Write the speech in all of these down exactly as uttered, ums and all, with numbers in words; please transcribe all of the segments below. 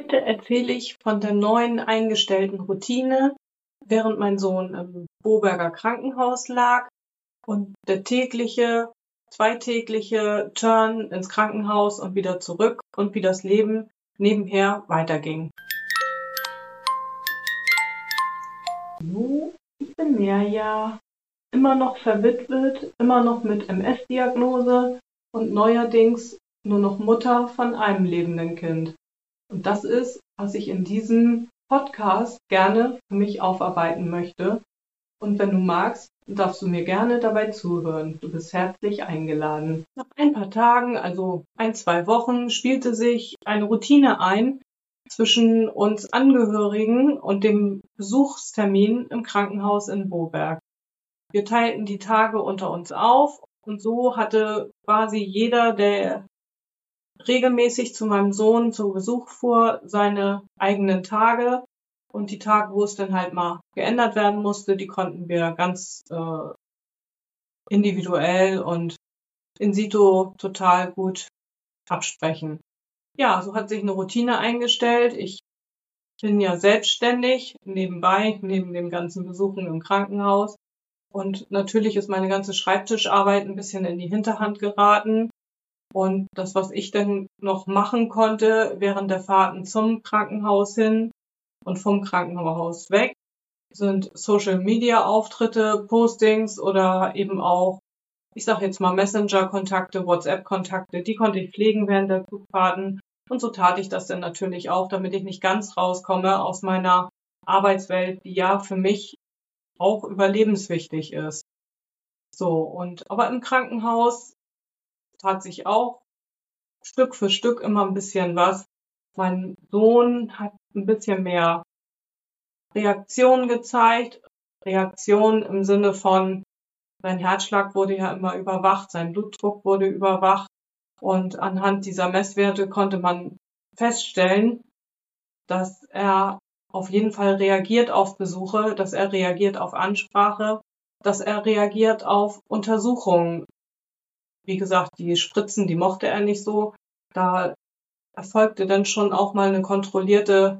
Heute erzähle ich von der neuen eingestellten Routine, während mein Sohn im Boberger Krankenhaus lag und der tägliche, zweitägliche Turn ins Krankenhaus und wieder zurück und wie das Leben nebenher weiterging. Hallo, ich bin Mirja, immer noch verwitwet, immer noch mit M S-Diagnose und neuerdings nur noch Mutter von einem lebenden Kind. Und das ist, was ich in diesem Podcast gerne für mich aufarbeiten möchte. Und wenn du magst, darfst du mir gerne dabei zuhören. Du bist herzlich eingeladen. Nach ein paar Tagen, also ein, zwei Wochen, spielte sich eine Routine ein zwischen uns Angehörigen und dem Besuchstermin im Krankenhaus in Boberg. Wir teilten die Tage unter uns auf und so hatte quasi jeder, der regelmäßig zu meinem Sohn zu Besuch fuhr, seine eigenen Tage. Und die Tage, wo es dann halt mal geändert werden musste, die konnten wir ganz äh, individuell und in situ total gut absprechen. Ja, so hat sich eine Routine eingestellt. Ich bin ja selbstständig nebenbei, neben den ganzen Besuchen im Krankenhaus. Und natürlich ist meine ganze Schreibtischarbeit ein bisschen in die Hinterhand geraten. Und das, was ich dann noch machen konnte während der Fahrten zum Krankenhaus hin und vom Krankenhaus weg, sind Social-Media-Auftritte, Postings oder eben auch, ich sage jetzt mal Messenger-Kontakte, WhatsApp-Kontakte, die konnte ich pflegen während der Zugfahrten. Und so tat ich das dann natürlich auch, damit ich nicht ganz rauskomme aus meiner Arbeitswelt, die ja für mich auch überlebenswichtig ist. So, und aber im Krankenhaus tat sich auch Stück für Stück immer ein bisschen was. Mein Sohn hat ein bisschen mehr Reaktion gezeigt. Reaktion im Sinne von, sein Herzschlag wurde ja immer überwacht, sein Blutdruck wurde überwacht. Und anhand dieser Messwerte konnte man feststellen, dass er auf jeden Fall reagiert auf Besuche, dass er reagiert auf Ansprache, dass er reagiert auf Untersuchungen. Wie gesagt, die Spritzen, die mochte er nicht so. Da erfolgte dann schon auch mal eine kontrollierte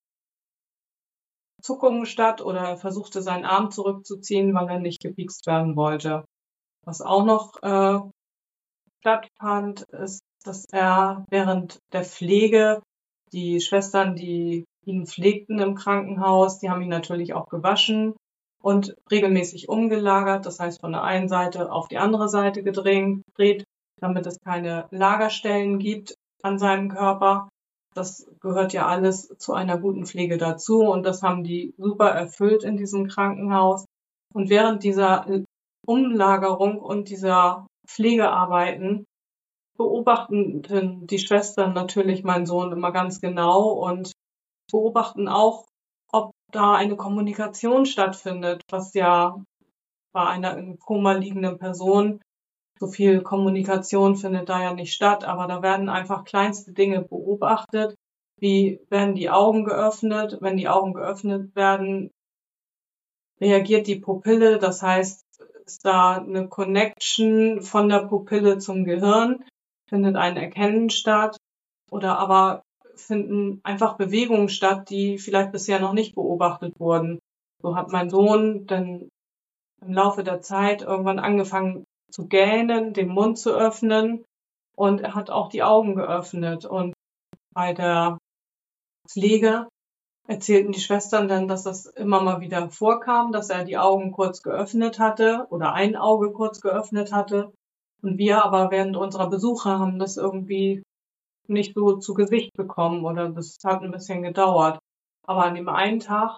Zuckung statt oder er versuchte seinen Arm zurückzuziehen, weil er nicht gepiekst werden wollte. Was auch noch äh, stattfand, ist, dass er während der Pflege, die Schwestern, die ihn pflegten im Krankenhaus, die haben ihn natürlich auch gewaschen und regelmäßig umgelagert, das heißt von der einen Seite auf die andere Seite gedreht, damit es keine Lagerstellen gibt an seinem Körper. Das gehört ja alles zu einer guten Pflege dazu und das haben die super erfüllt in diesem Krankenhaus. Und während dieser Umlagerung und dieser Pflegearbeiten beobachten die Schwestern natürlich meinen Sohn immer ganz genau und beobachten auch, ob da eine Kommunikation stattfindet, was ja bei einer im Koma liegenden Person, so viel Kommunikation findet da ja nicht statt, aber da werden einfach kleinste Dinge beobachtet. Wie werden die Augen geöffnet? Wenn die Augen geöffnet werden, reagiert die Pupille, das heißt, ist da eine Connection von der Pupille zum Gehirn, findet ein Erkennen statt oder aber finden einfach Bewegungen statt, die vielleicht bisher noch nicht beobachtet wurden. So hat mein Sohn dann im Laufe der Zeit irgendwann angefangen zu gähnen, den Mund zu öffnen und er hat auch die Augen geöffnet. Und bei der Pflege erzählten die Schwestern dann, dass das immer mal wieder vorkam, dass er die Augen kurz geöffnet hatte oder ein Auge kurz geöffnet hatte. Und wir aber während unserer Besuche haben das irgendwie nicht so zu Gesicht bekommen oder das hat ein bisschen gedauert. Aber an dem einen Tag,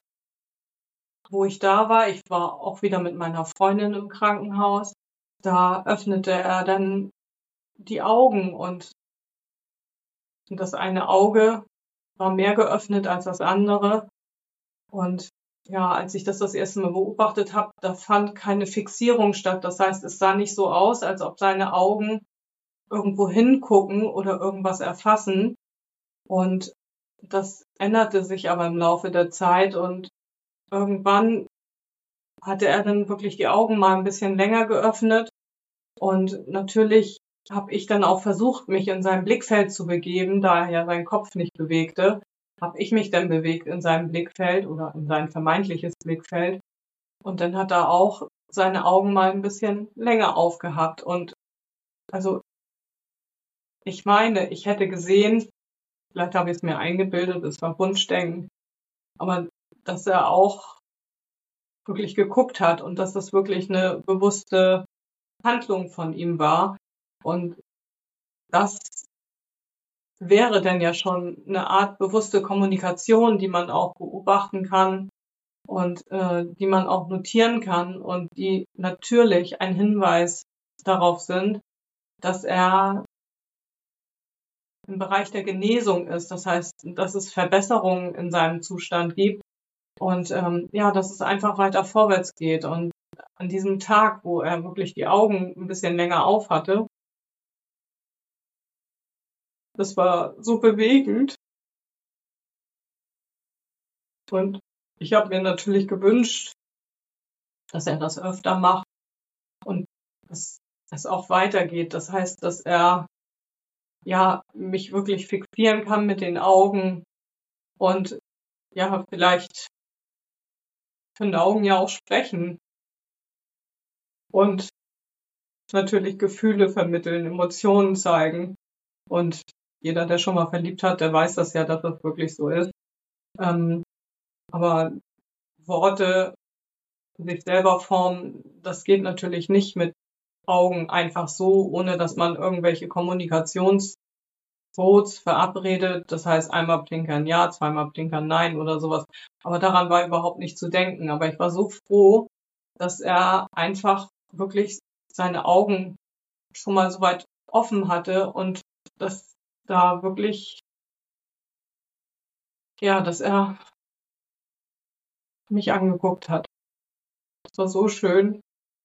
wo ich da war, ich war auch wieder mit meiner Freundin im Krankenhaus, da öffnete er dann die Augen und das eine Auge war mehr geöffnet als das andere. Und ja, als ich das das erste Mal beobachtet habe, da fand keine Fixierung statt. Das heißt, es sah nicht so aus, als ob seine Augen irgendwo hingucken oder irgendwas erfassen. Und das änderte sich aber im Laufe der Zeit und irgendwann hatte er dann wirklich die Augen mal ein bisschen länger geöffnet. Und natürlich habe ich dann auch versucht, mich in sein Blickfeld zu begeben, da er ja seinen Kopf nicht bewegte. habe ich mich denn bewegt in seinem Blickfeld oder in sein vermeintliches Blickfeld. Und dann hat er auch seine Augen mal ein bisschen länger aufgehabt. Und also ich meine, ich hätte gesehen, vielleicht habe ich es mir eingebildet, es war Wunschdenken, aber dass er auch wirklich geguckt hat und dass das wirklich eine bewusste Handlung von ihm war. Und das wäre dann ja schon eine Art bewusste Kommunikation, die man auch beobachten kann und äh, die man auch notieren kann und die natürlich ein Hinweis darauf sind, dass er im Bereich der Genesung ist. Das heißt, dass es Verbesserungen in seinem Zustand gibt und ähm, ja, dass es einfach weiter vorwärts geht. Und an diesem Tag, wo er wirklich die Augen ein bisschen länger auf hatte, das war so bewegend. Und ich habe mir natürlich gewünscht, dass er das öfter macht und dass es auch weitergeht. Das heißt, dass er ja mich wirklich fixieren kann mit den Augen und ja, vielleicht können Augen ja auch sprechen und natürlich Gefühle vermitteln, Emotionen zeigen. Und jeder, der schon mal verliebt hat, der weiß das ja, dass das wirklich so ist. Ähm, aber Worte sich selber formen, das geht natürlich nicht mit Augen einfach so, ohne dass man irgendwelche Kommunikationscodes verabredet. Das heißt, einmal Plinkern ja, zweimal Plinkern nein oder sowas. Aber daran war überhaupt nicht zu denken. Aber ich war so froh, dass er einfach wirklich seine Augen schon mal so weit offen hatte und dass da wirklich, ja, dass er mich angeguckt hat. Das war so schön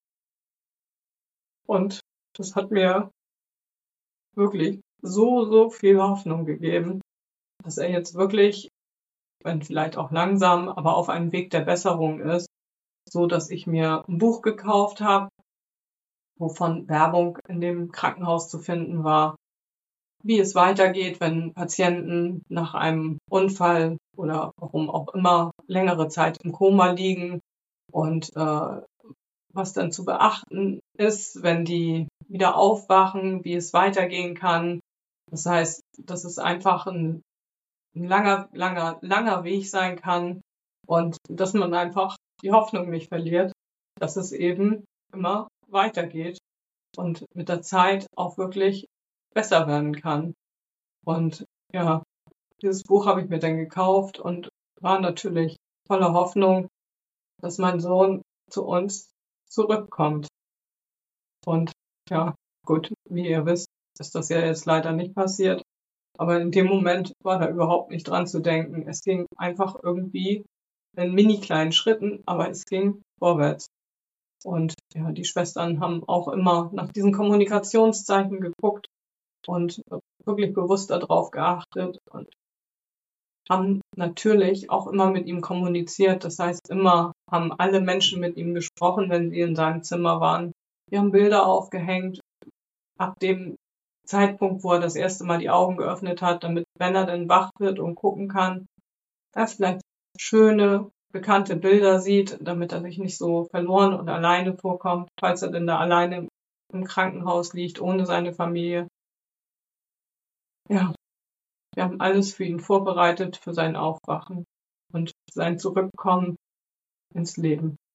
und das hat mir wirklich so, so viel Hoffnung gegeben, dass er jetzt wirklich, wenn vielleicht auch langsam, aber auf einem Weg der Besserung ist, so dass ich mir ein Buch gekauft habe, wovon Werbung in dem Krankenhaus zu finden war, wie es weitergeht, wenn Patienten nach einem Unfall oder warum auch immer längere Zeit im Koma liegen und äh, was dann zu beachten ist, wenn die wieder aufwachen, wie es weitergehen kann. Das heißt, dass es einfach ein, ein langer, langer, langer Weg sein kann und dass man einfach die Hoffnung nicht verliert, dass es eben immer weitergeht und mit der Zeit auch wirklich besser werden kann. Und ja, dieses Buch habe ich mir dann gekauft und war natürlich voller Hoffnung, dass mein Sohn zu uns zurückkommt. Und ja, gut, wie ihr wisst, ist das ja jetzt leider nicht passiert. Aber in dem Moment war da überhaupt nicht dran zu denken. Es ging einfach irgendwie in mini kleinen Schritten, aber es ging vorwärts. Und ja, die Schwestern haben auch immer nach diesen Kommunikationszeichen geguckt und wirklich bewusst darauf geachtet und haben natürlich auch immer mit ihm kommuniziert. Das heißt, immer haben alle Menschen mit ihm gesprochen, wenn sie in seinem Zimmer waren. Wir haben Bilder aufgehängt, ab dem Zeitpunkt, wo er das erste Mal die Augen geöffnet hat, damit, wenn er dann wach wird und gucken kann, er vielleicht schöne, bekannte Bilder sieht, damit er sich nicht so verloren und alleine vorkommt, falls er denn da alleine im Krankenhaus liegt, ohne seine Familie. Ja, wir haben alles für ihn vorbereitet, für sein Aufwachen und sein Zurückkommen ins Leben.